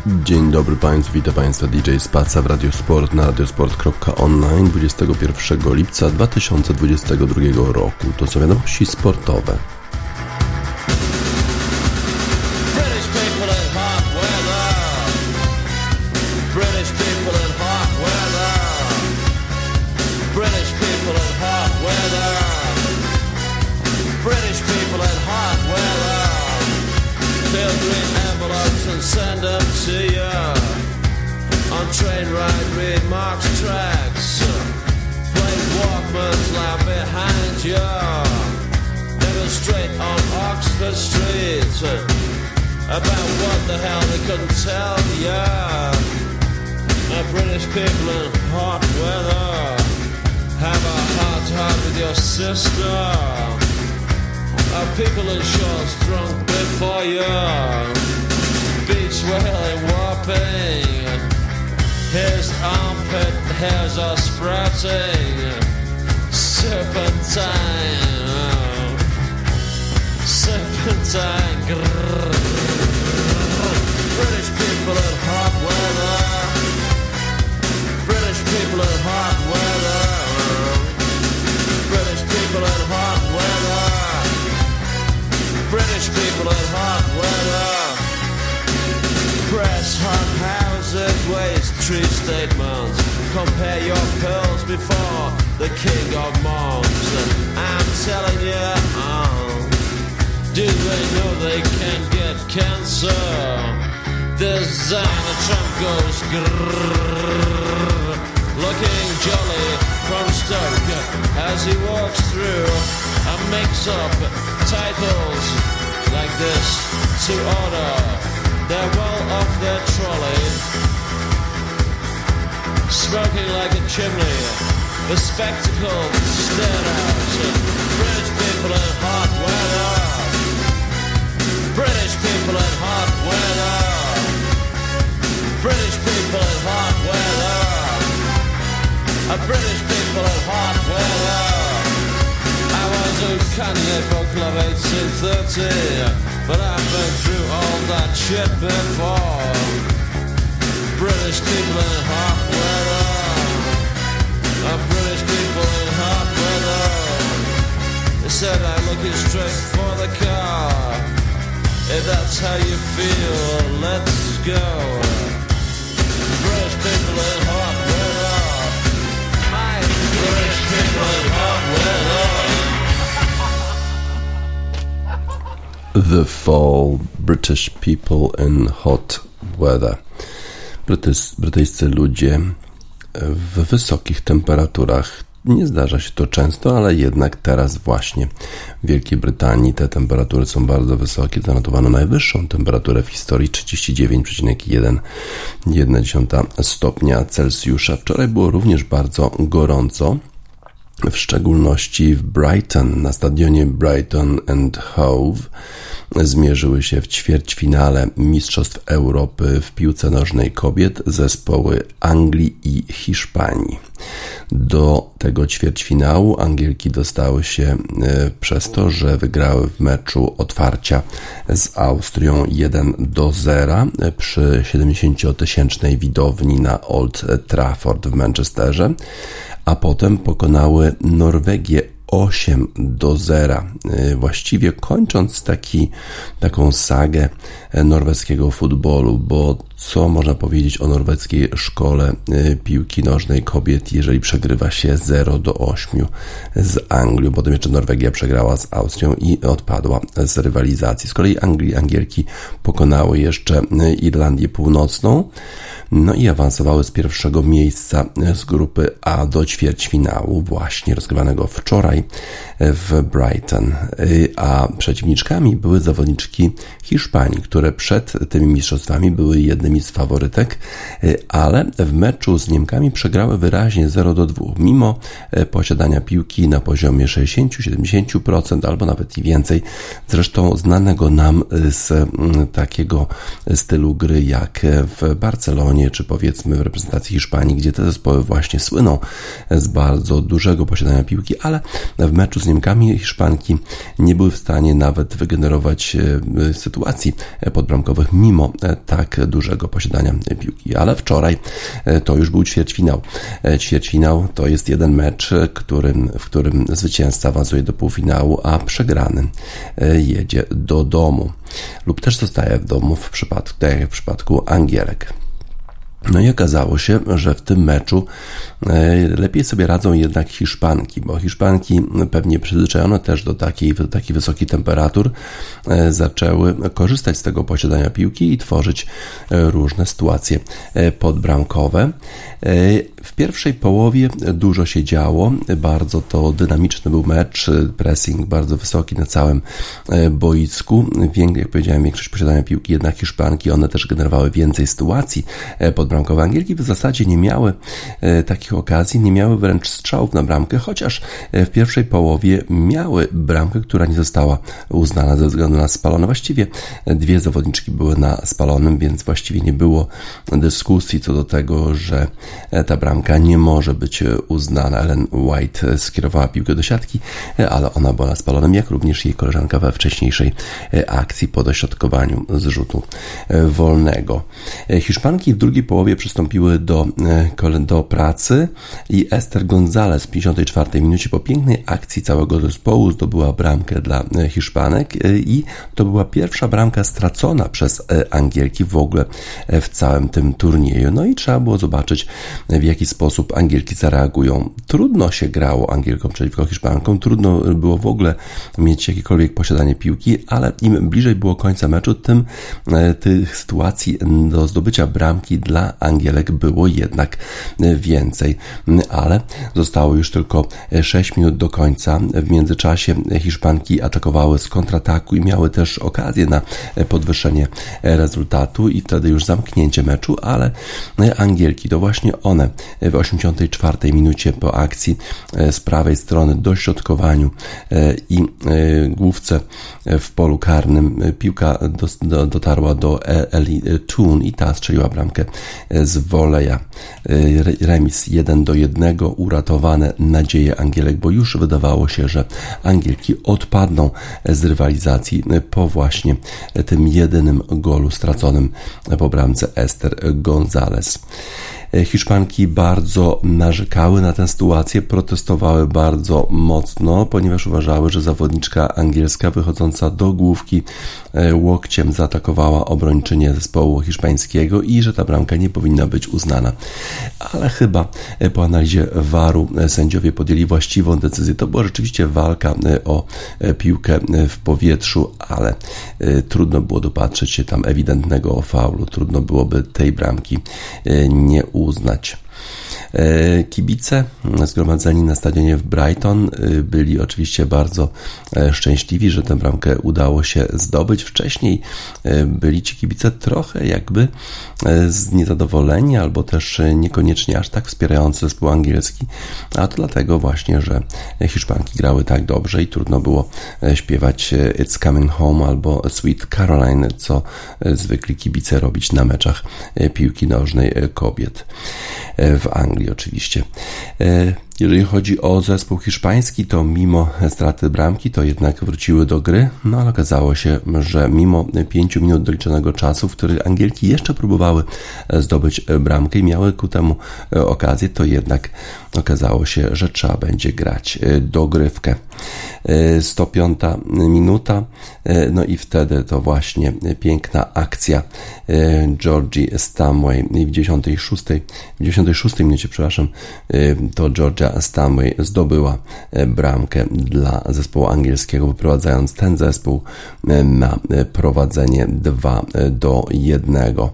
Dzień dobry Państwu, witam Państwa DJ Spaca w Radiosport na radiosport.online 21 lipca 2022 roku. To są wiadomości sportowe. Send them to you on train ride, read Mark's tracks, play Walkman's loud behind you, demonstrate on Oxford Street about what the hell they couldn't tell you. British people in hot weather have a heart-to-heart with your sister. People in shorts drunk before you, beach wailing, whopping. His armpit hairs are sprouting. Serpentine, serpentine. Grrr. British people in hot weather. British people in hot weather. British people in hot weather. British people in hot weather. Press hot houses, waste tree statements. Compare your pills before the king of monks. I'm telling you, do they know they can get cancer? Designer Trump goes grrrr, looking jolly from Stoke as he walks through a mix-up titles like this to order. They're well off their trolley, smoking like a chimney. The spectacle stared out. British people in hot weather. British people in hot weather. British people in hot weather. British people in hot weather. I was a Kanye for Club 1830. But I've been through all that shit before. British people in hot weather. British people in hot weather. They said I'm looking straight for the car. If that's how you feel, let's go. British people in hot weather. My British people in hot weather. The Fall, British People in Hot Weather. Brytyjscy ludzie w wysokich temperaturach. Nie zdarza się to często, ale jednak teraz właśnie w Wielkiej Brytanii te temperatury są bardzo wysokie. Zanotowano najwyższą temperaturę w historii 39,1 stopnia Celsjusza. Wczoraj było również bardzo gorąco. W szczególności w Brighton, na stadionie Brighton and Hove zmierzyły się w ćwierćfinale Mistrzostw Europy w piłce nożnej kobiet zespoły Anglii i Hiszpanii. Do tego ćwierćfinału Angielki dostały się przez to, że wygrały w meczu otwarcia z Austrią 1-0 przy 70-tysięcznej widowni na Old Trafford w Manchesterze, a potem pokonały Norwegię 8-0, właściwie kończąc taką sagę norweskiego futbolu, bo co można powiedzieć o norweskiej szkole piłki nożnej kobiet, jeżeli przegrywa się 0-8 z Anglią. Potem jeszcze Norwegia przegrała z Austrią i odpadła z rywalizacji. Z kolei Angielki pokonały jeszcze Irlandię Północną, no i awansowały z pierwszego miejsca z grupy A do ćwierćfinału, właśnie rozgrywanego wczoraj w Brighton. A przeciwniczkami były zawodniczki Hiszpanii, które przed tymi mistrzostwami były jednymi z faworytek, ale w meczu z Niemkami przegrały wyraźnie 0-2, mimo posiadania piłki na poziomie 60-70% albo nawet i więcej. Zresztą znanego nam z takiego stylu gry jak w Barcelonie, czy powiedzmy w reprezentacji Hiszpanii, gdzie te zespoły właśnie słyną z bardzo dużego posiadania piłki, ale W meczu z Niemkami Hiszpanki nie były w stanie nawet wygenerować sytuacji podbramkowych mimo tak dużego posiadania piłki. Ale wczoraj to już był ćwierćfinał. Ćwierćfinał to jest jeden mecz, w którym zwycięzca awansuje do półfinału, a przegrany jedzie do domu lub też zostaje w domu tak jak w przypadku Angielek. No i okazało się, że w tym meczu lepiej sobie radzą jednak Hiszpanki, bo Hiszpanki pewnie przyzwyczajone też do takich wysokich temperatur zaczęły korzystać z tego posiadania piłki i tworzyć różne sytuacje podbramkowe. W pierwszej połowie dużo się działo, bardzo to dynamiczny był mecz, pressing bardzo wysoki na całym boisku. Jak powiedziałem, większość posiadania piłki jednak Hiszpanki, one też generowały więcej sytuacji podbramkowych. Angielki w zasadzie nie miały takich okazji, nie miały wręcz strzałów na bramkę, chociaż w pierwszej połowie miały bramkę, która nie została uznana ze względu na spalone. Właściwie dwie zawodniczki były na spalonym, więc właściwie nie było dyskusji co do tego, że ta bramka nie może być uznana. Ellen White skierowała piłkę do siatki, ale ona była na spalonym, jak również jej koleżanka we wcześniejszej akcji po dośrodkowaniu z rzutu wolnego. Hiszpanki w drugiej połowie przystąpiły do pracy i Esther González w 54 minucie po pięknej akcji całego zespołu zdobyła bramkę dla Hiszpanek i to była pierwsza bramka stracona przez Angielki w ogóle w całym tym turnieju. No i trzeba było zobaczyć, w jaki sposób Angielki zareagują. Trudno się grało Angielkom przeciwko Hiszpankom, trudno było w ogóle mieć jakiekolwiek posiadanie piłki, ale im bliżej było końca meczu, tym tych sytuacji do zdobycia bramki dla Angielek było jednak więcej. Ale zostało już tylko 6 minut do końca. W międzyczasie Hiszpanki atakowały z kontrataku i miały też okazję na podwyższenie rezultatu i wtedy już zamknięcie meczu, ale Angielki to właśnie one w 84 minucie po akcji z prawej strony dośrodkowaniu i główce w polu karnym piłka dotarła do Ellie Toon i ta strzeliła bramkę z voleja. Remis 1-1, uratowane nadzieje Angielek, bo już wydawało się, że Angielki odpadną z rywalizacji po właśnie tym jedynym golu straconym po bramce Esther González. Hiszpanki bardzo narzekały na tę sytuację, protestowały bardzo mocno, ponieważ uważały, że zawodniczka angielska wychodząca do główki łokciem zaatakowała obrończynię zespołu hiszpańskiego i że ta bramka nie powinna być uznana. Ale chyba po analizie VAR-u sędziowie podjęli właściwą decyzję. To była rzeczywiście walka o piłkę w powietrzu, ale trudno było dopatrzeć się tam ewidentnego faulu. Trudno byłoby tej bramki nie uznać. Kibice zgromadzeni na stadionie w Brighton byli oczywiście bardzo szczęśliwi, że tę bramkę udało się zdobyć. Wcześniej byli ci kibice trochę jakby niezadowoleni albo też niekoniecznie aż tak wspierający zespół angielski, a to dlatego właśnie, że Hiszpanki grały tak dobrze i trudno było śpiewać It's Coming Home albo Sweet Caroline, co zwykli kibice robić na meczach piłki nożnej kobiet w Anglii oczywiście. Jeżeli chodzi o zespół hiszpański, to mimo straty bramki, to jednak wróciły do gry, no ale okazało się, że mimo 5 minut doliczonego czasu, w których Angielki jeszcze próbowały zdobyć bramkę i miały ku temu okazję, to jednak okazało się, że trzeba będzie grać dogrywkę. 105 minuta, no i wtedy to właśnie piękna akcja Georgie Stanway w 96 minucie, to Georgia Stanway zdobyła bramkę dla zespołu angielskiego, wyprowadzając ten zespół na prowadzenie 2-1.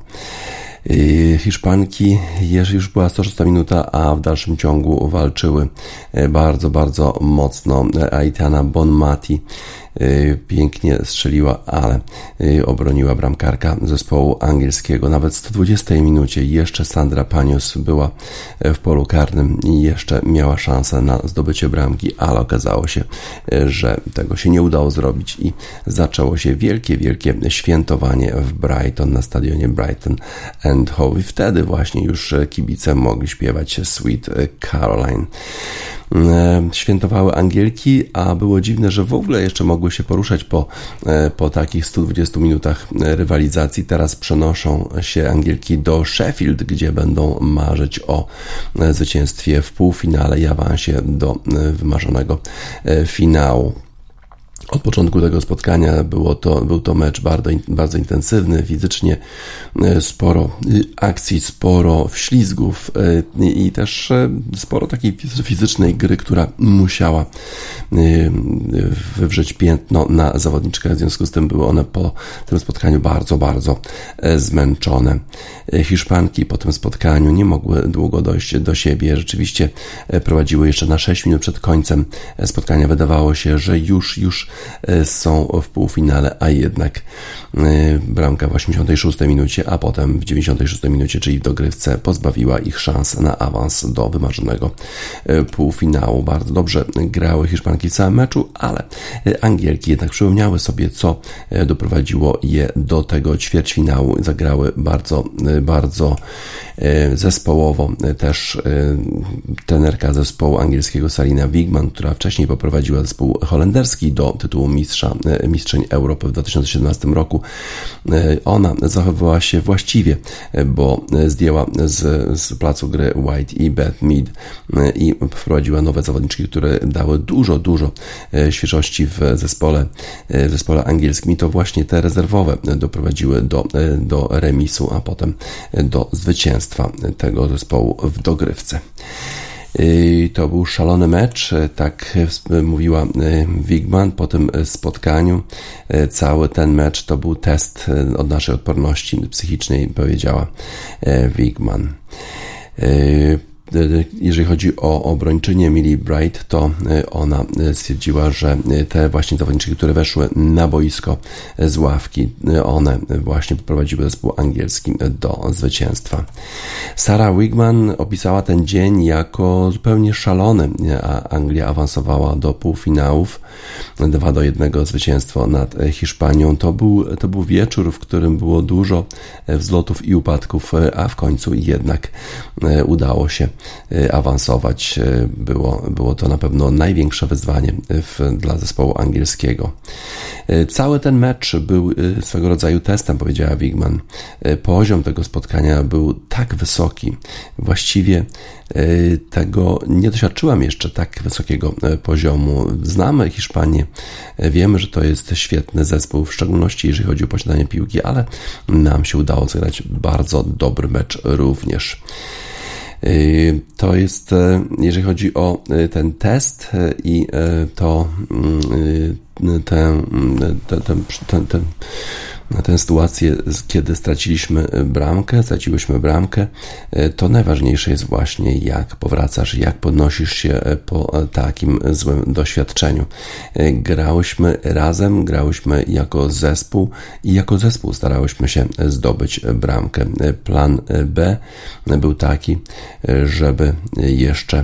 Hiszpanki, już była 106 minuta, a w dalszym ciągu walczyły bardzo, bardzo mocno. Aitana Bonmati pięknie strzeliła, ale obroniła bramkarka zespołu angielskiego. Nawet w 120 minucie jeszcze Sandra Panius była w polu karnym i jeszcze miała szansę na zdobycie bramki, ale okazało się, że tego się nie udało zrobić i zaczęło się wielkie, wielkie świętowanie w Brighton, na stadionie Brighton and Hove. I wtedy właśnie już kibice mogli śpiewać Sweet Caroline. świętowały Angielki, a było dziwne, że w ogóle jeszcze mogły się poruszać po takich 120 minutach rywalizacji. Teraz przenoszą się Angielki do Sheffield, gdzie będą marzyć o zwycięstwie w półfinale i awansie do wymarzonego finału. Od początku tego spotkania był to mecz bardzo intensywny, fizycznie sporo akcji, sporo wślizgów i też sporo takiej fizycznej gry, która musiała wywrzeć piętno na zawodniczkach. W związku z tym były one po tym spotkaniu bardzo zmęczone. Hiszpanki po tym spotkaniu nie mogły długo dojść do siebie. Rzeczywiście prowadziły jeszcze na 6 minut przed końcem spotkania. Wydawało się, że już są w półfinale, a jednak bramka w 86 minucie, a potem w 96 minucie, czyli w dogrywce, pozbawiła ich szans na awans do wymarzonego półfinału. Bardzo dobrze grały Hiszpanki w całym meczu, ale Angielki jednak przypomniały sobie, co doprowadziło je do tego ćwierćfinału. Zagrały bardzo zespołowo. Też trenerka zespołu angielskiego Sarina Wiegman, która wcześniej poprowadziła zespół holenderski do tytułu mistrzyń Europy w 2017 roku. Ona zachowywała się właściwie, bo zdjęła z placu gry White i Beth Mead i wprowadziła nowe zawodniczki, które dały dużo świeżości w zespole angielskim i to właśnie te rezerwowe doprowadziły do remisu, a potem do zwycięstwa tego zespołu w dogrywce. To był szalony mecz, tak mówiła Wiegman po tym spotkaniu. Cały ten mecz to był test od naszej odporności psychicznej, powiedziała Wiegman. Jeżeli chodzi o obrończynię Millie Bright, to ona stwierdziła, że te właśnie zawodniczki, które weszły na boisko z ławki, one właśnie poprowadziły zespół angielski do zwycięstwa. Sarah Wiegman opisała ten dzień jako zupełnie szalony, a Anglia awansowała do półfinałów. 2-1 zwycięstwo nad Hiszpanią. To był wieczór, w którym było dużo wzlotów i upadków, a w końcu jednak udało się awansować. Było to na pewno największe wyzwanie dla zespołu angielskiego. Cały ten mecz był swego rodzaju testem, powiedziała Wiegman. Poziom tego spotkania był tak wysoki. Właściwie tego nie doświadczyłam jeszcze tak wysokiego poziomu. Znamy Hiszpanię, wiemy, że to jest świetny zespół, w szczególności jeżeli chodzi o posiadanie piłki, ale nam się udało zagrać bardzo dobry mecz również. To jest, jeżeli chodzi o ten test i tę sytuację, kiedy straciłyśmy bramkę, to najważniejsze jest właśnie jak powracasz, jak podnosisz się po takim złym doświadczeniu. Grałyśmy razem, grałyśmy jako zespół i jako zespół starałyśmy się zdobyć bramkę. Plan B był taki, żeby jeszcze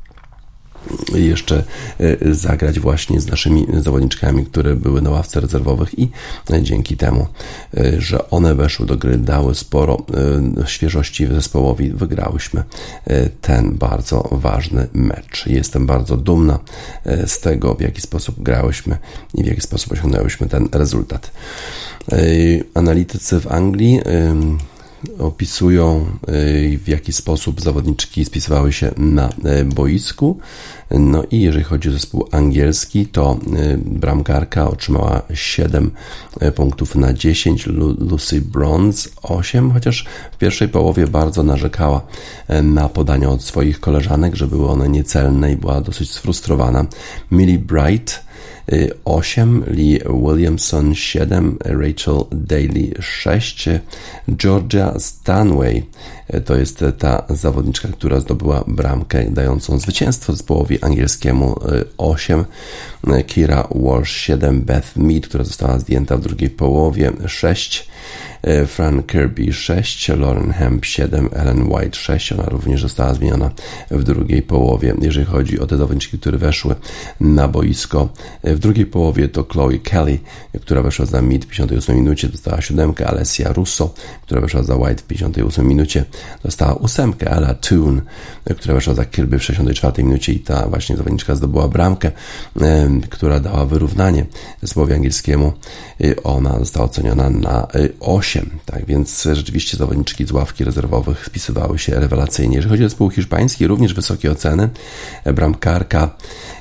zagrać właśnie z naszymi zawodniczkami, które były na ławce rezerwowych i dzięki temu, że one weszły do gry, dały sporo świeżości zespołowi, wygrałyśmy ten bardzo ważny mecz. Jestem bardzo dumna z tego, w jaki sposób grałyśmy i w jaki sposób osiągnęłyśmy ten rezultat. Analitycy w Anglii opisują, w jaki sposób zawodniczki spisywały się na boisku. No i jeżeli chodzi o zespół angielski, to bramkarka otrzymała 7 punktów na 10, Lucy Bronze 8, chociaż w pierwszej połowie bardzo narzekała na podania od swoich koleżanek, że były one niecelne i była dosyć sfrustrowana. Millie Bright 8, Lee Williamson 7, Rachel Daly 6, Georgia Stanway to jest ta zawodniczka, która zdobyła bramkę dającą zwycięstwo zespołowi angielskiemu 8, Kira Walsh 7, Beth Mead, która została zdjęta w drugiej połowie 6, Fran Kirby 6, Lauren Hemp 7, Ellen White 6, ona również została zmieniona w drugiej połowie. Jeżeli chodzi o te zawodniczki, które weszły na boisko w drugiej połowie, to Chloe Kelly, która weszła za Mead w 58 minucie, dostała 7, Alessia Russo, która weszła za White w 58 minucie, dostała 8, Ella Toon, która weszła za Kirby w 64 minucie i ta właśnie zawodniczka zdobyła bramkę, która dała wyrównanie zespołowi angielskiemu. Ona została oceniona na 8, tak więc rzeczywiście zawodniczki z ławki rezerwowych spisywały się rewelacyjnie. Jeżeli chodzi o zespół hiszpański, również wysokie oceny. Bramkarka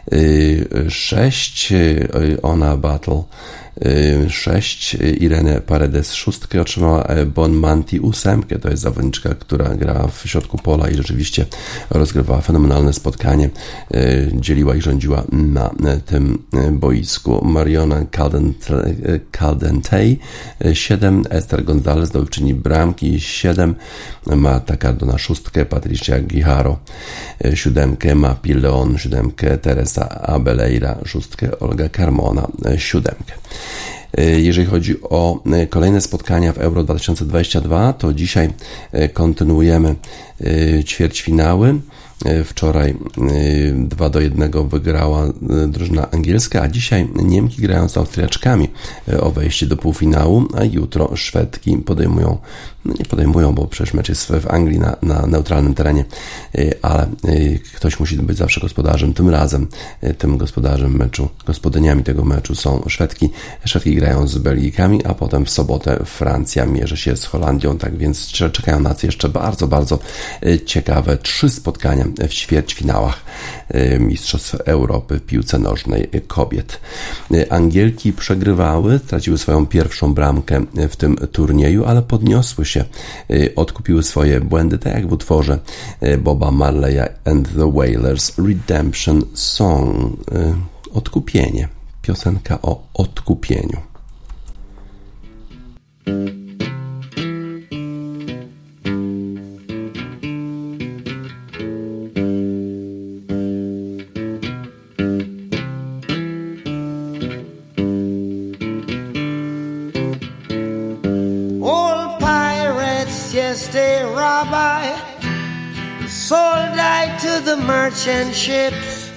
6, Ona Battle 6, Irene Paredes 6 otrzymała, Bon Manti 8, to jest zawodniczka, która gra w środku pola i rzeczywiście rozgrywała fenomenalne spotkanie, dzieliła i rządziła na tym boisku. Mariona Caldentey 7, Esther Gonzalez zdobywczyni bramki 7, Marta Cardona 6, Patricia Guijaro 7, Mapi Leon 7, Teresa Abeleira 6, Olga Carmona 7. Jeżeli chodzi o kolejne spotkania w Euro 2022, to dzisiaj kontynuujemy ćwierćfinały. Wczoraj 2-1 wygrała drużyna angielska, a dzisiaj Niemki grają z Austriaczkami o wejście do półfinału, a jutro Szwedki nie podejmują, bo przecież mecz jest w Anglii na neutralnym terenie, ale ktoś musi być zawsze gospodarzem. Tym razem tym gospodarzem meczu, gospodyniami tego meczu są Szwedki. Szwedki grają z Belgijkami, a potem w sobotę Francja mierzy się z Holandią, tak więc czekają nas jeszcze bardzo, bardzo ciekawe 3 spotkania w ćwierćfinałach Mistrzostw Europy w piłce nożnej kobiet. Angielki przegrywały, straciły swoją pierwszą bramkę w tym turnieju, ale podniosły się, odkupiły swoje błędy, tak jak w utworze Boba Marleya and the Wailers Redemption Song. Odkupienie. Piosenka o odkupieniu. Sold I to the merchant ships.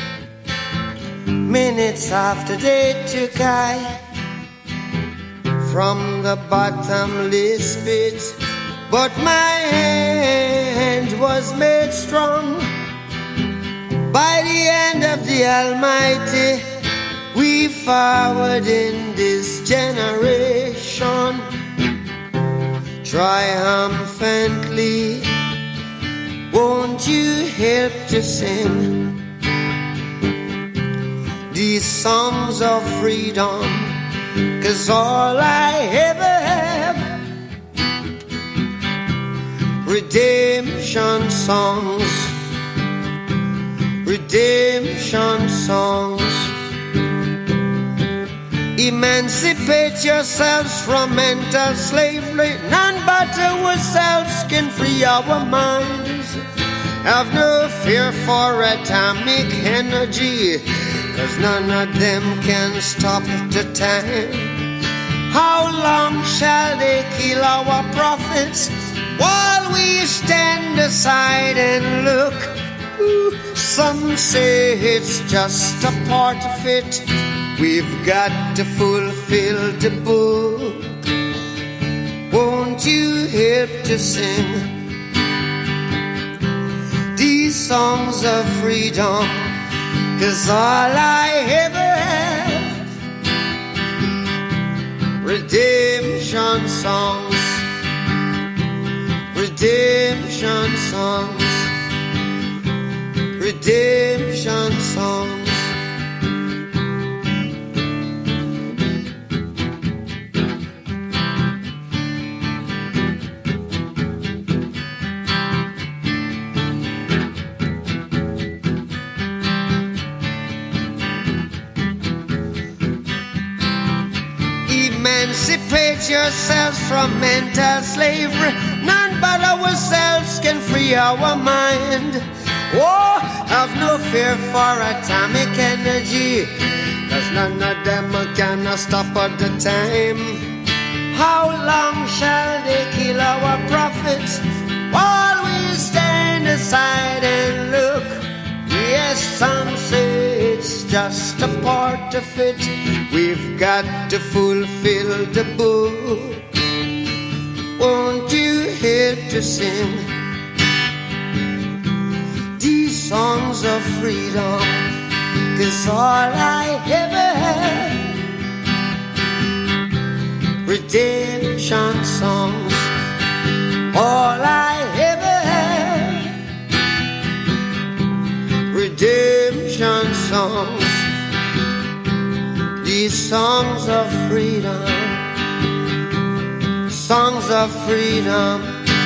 Minutes after they took I from the bottomless pit, but my hand was made strong by the hand of the Almighty. We forward in this generation triumphantly. Won't you help to sing these songs of freedom? 'Cause all I ever have, redemption songs, redemption songs. Emancipate yourselves from mental slavery. None but ourselves can free our minds. Have no fear for atomic energy, 'cause none of them can stop the time. How long shall they kill our prophets while we stand aside and look? Some say it's just a part of it. We've got to fulfill the book. Won't you help to sing these songs of freedom? 'Cause all I ever have, redemption songs, redemption songs, redemption songs. Emancipate yourselves from mental slavery. None but ourselves can free our mind. Oh, have no fear for atomic energy, 'cause none of them can stop at the time. How long shall they kill our prophets while we stand aside and look? Yes, some say it's just a part of it. We've got to fulfill the book. Won't you help to sing these songs of freedom? 'Cause all I ever had, redemption songs, all I ever had, redemption songs, these songs of freedom, songs of freedom.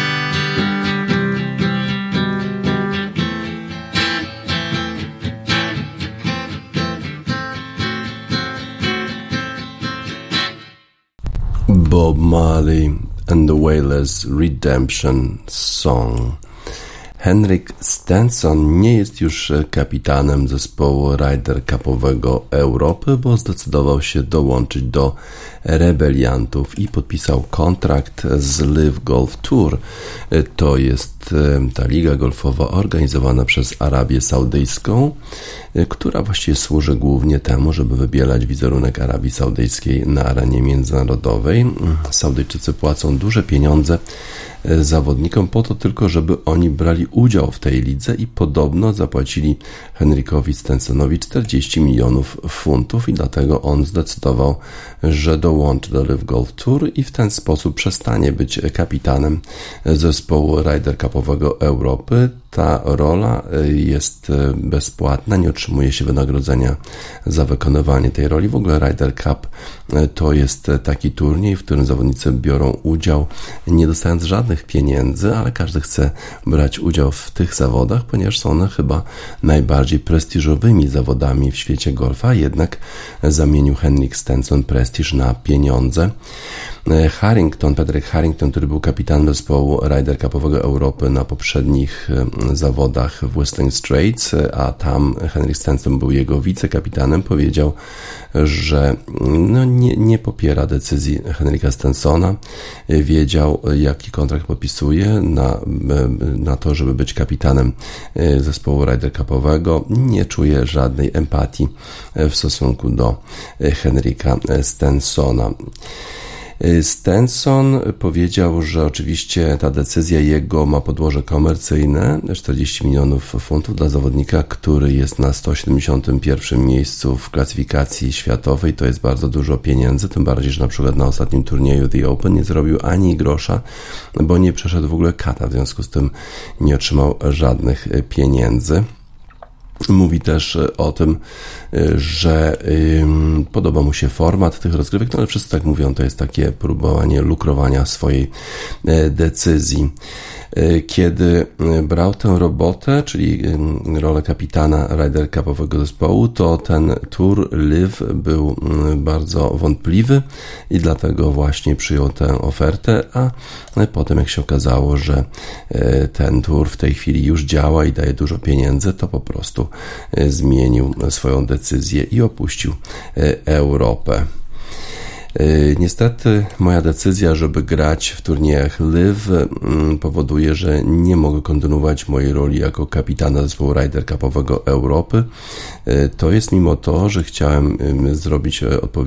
Bob Marley and the Wailers Redemption Song. Henrik Stenson nie jest już kapitanem zespołu Ryder Cupowego Europy, bo zdecydował się dołączyć do rebeliantów i podpisał kontrakt z Live Golf Tour. To jest ta liga golfowa organizowana przez Arabię Saudyjską, która właściwie służy głównie temu, żeby wybielać wizerunek Arabii Saudyjskiej na arenie międzynarodowej. Saudyjczycy płacą duże pieniądze zawodnikom po to tylko, żeby oni brali udział w tej lidze i podobno zapłacili Henrikowi Stensonowi 40 milionów funtów i dlatego on zdecydował, że dołączy do Live Golf Tour i w ten sposób przestanie być kapitanem zespołu Ryder Cupowego Europy. Ta rola jest bezpłatna, nie otrzymuje się wynagrodzenia za wykonywanie tej roli. W ogóle Ryder Cup to jest taki turniej, w którym zawodnicy biorą udział nie dostając żadnych pieniędzy, ale każdy chce brać udział w tych zawodach, ponieważ są one chyba najbardziej prestiżowymi zawodami w świecie golfa, jednak zamienił Henrik Stenson prestiż na pieniądze. Patrick Harrington, który był kapitanem zespołu Ryder Cupowego Europy na poprzednich zawodach w Whistling Straits, a tam Henrik Stenson był jego wicekapitanem, powiedział, że nie popiera decyzji Henrika Stensona. Wiedział, jaki kontrakt podpisuje na to, żeby być kapitanem zespołu Ryder Cupowego. Nie czuje żadnej empatii w stosunku do Henrika Stensona. Stenson powiedział, że oczywiście ta decyzja jego ma podłoże komercyjne, 40 milionów funtów dla zawodnika, który jest na 171 miejscu w klasyfikacji światowej. To jest bardzo dużo pieniędzy, tym bardziej, że na przykład na ostatnim turnieju The Open nie zrobił ani grosza, bo nie przeszedł w ogóle kata, w związku z tym nie otrzymał żadnych pieniędzy. Mówi też o tym, że podoba mu się format tych rozgrywek, no ale wszyscy tak mówią, to jest takie próbowanie lukrowania swojej decyzji. Kiedy brał tę robotę, czyli rolę kapitana Ryder Cupowego zespołu, to ten tour Live był bardzo wątpliwy i dlatego właśnie przyjął tę ofertę, a potem jak się okazało, że ten tour w tej chwili już działa i daje dużo pieniędzy, to po prostu zmienił swoją decyzję i opuścił Europę. Niestety moja decyzja, żeby grać w turniejach Live powoduje, że nie mogę kontynuować mojej roli jako kapitana zespołu Ryder Cupowego Europy. To jest mimo to, że chciałem zrobić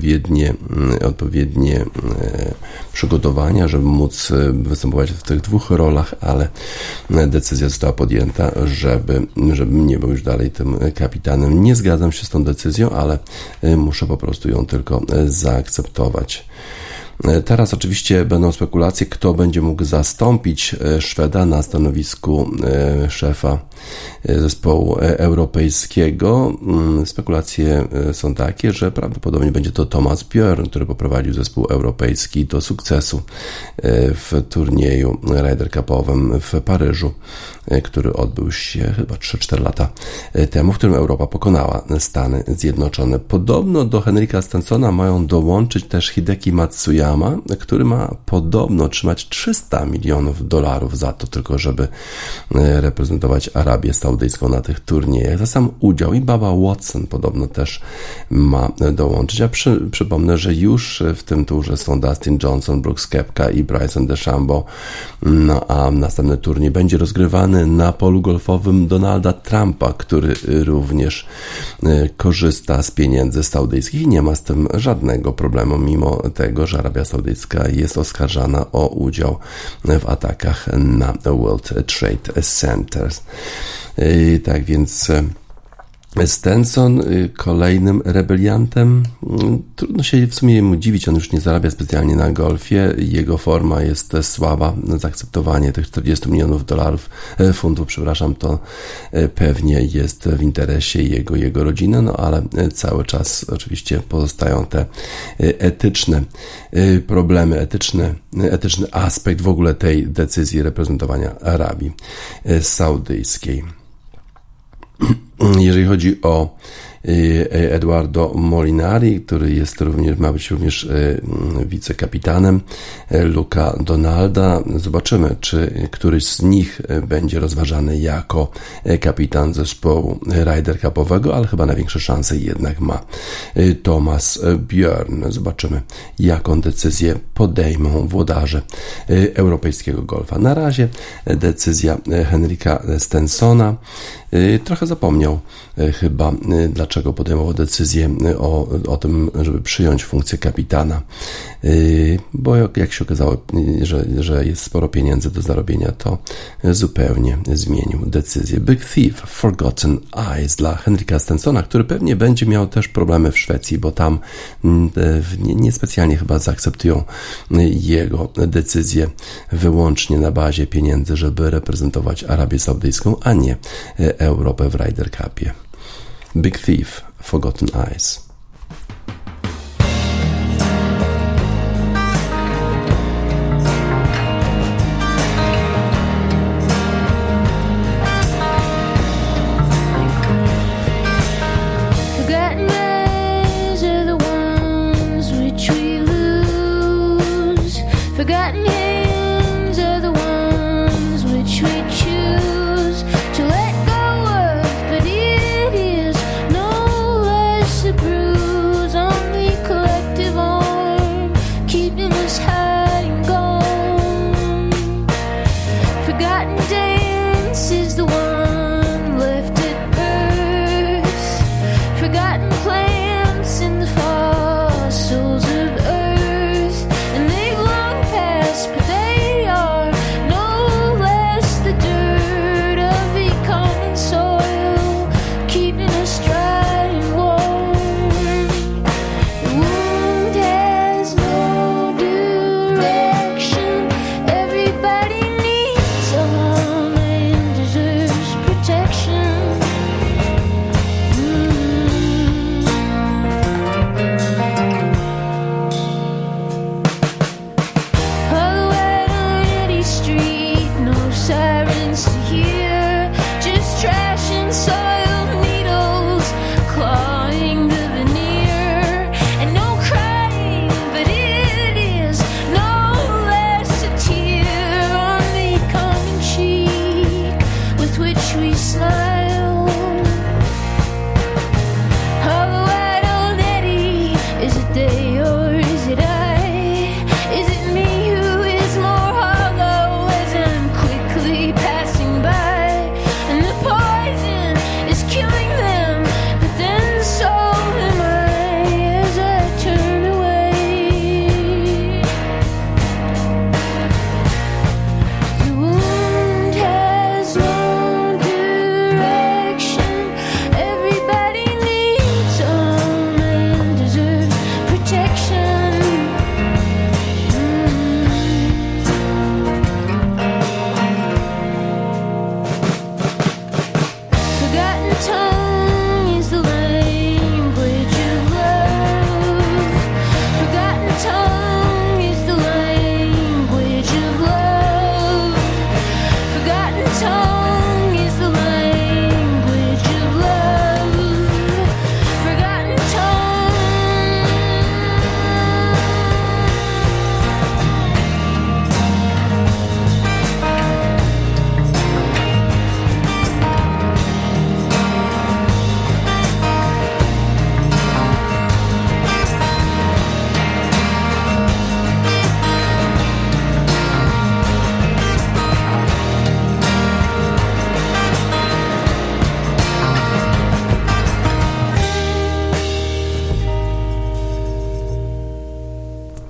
odpowiednie przygotowania, żeby móc występować w tych dwóch rolach, ale decyzja została podjęta, żebym nie był już dalej tym kapitanem. Nie zgadzam się z tą decyzją, ale muszę po prostu ją tylko zaakceptować. Teraz oczywiście będą spekulacje, kto będzie mógł zastąpić Szweda na stanowisku szefa zespołu europejskiego. Spekulacje są takie, że prawdopodobnie będzie to Thomas Björn, który poprowadził zespół europejski do sukcesu w turnieju Ryder Cupowym w Paryżu, który odbył się chyba 3-4 lata temu, w którym Europa pokonała Stany Zjednoczone. Podobno do Henrika Stensona mają dołączyć też Hideki Matsuyama, który ma podobno otrzymać $300 milionów za to, tylko żeby reprezentować Arabię Arabię Saudyjską na tych turniejach za sam udział i Bubba Watson podobno też ma dołączyć. Ja przypomnę, że już w tym turze są Dustin Johnson, Brooks Koepka i Bryson DeChambeau, no a następny turniej będzie rozgrywany na polu golfowym Donalda Trumpa, który również korzysta z pieniędzy saudyjskich i nie ma z tym żadnego problemu, mimo tego, że Arabia Saudyjska jest oskarżana o udział w atakach na World Trade Center. Tak więc Stenson kolejnym rebeliantem, trudno się w sumie mu dziwić, on już nie zarabia specjalnie na golfie, jego forma jest słaba, zaakceptowanie tych $40 milionów funtów, to pewnie jest w interesie jego rodziny, no ale cały czas oczywiście pozostają te etyczne problemy, etyczny aspekt w ogóle tej decyzji reprezentowania Arabii Saudyjskiej. Jeżeli chodzi o Eduardo Molinari, który ma być również wicekapitanem Luka Donalda. Zobaczymy, czy któryś z nich będzie rozważany jako kapitan zespołu Ryder Cupowego, ale chyba największe szanse jednak ma Thomas Bjorn. Zobaczymy, jaką decyzję podejmą włodarze europejskiego golfa. Na razie decyzja Henrika Stensona. Trochę zapomniał chyba, dlaczego podejmował decyzję o tym, żeby przyjąć funkcję kapitana, bo jak się okazało, że jest sporo pieniędzy do zarobienia, to zupełnie zmienił decyzję. Big Thief, Forgotten Eyes dla Henrika Stensona, który pewnie będzie miał też problemy w Szwecji, bo tam niespecjalnie chyba zaakceptują jego decyzję wyłącznie na bazie pieniędzy, żeby reprezentować Arabię Saudyjską, a nie Europę w Ryder Cupie. Big Thief, Forgotten Eyes. To let go of, but it is no less a bruise.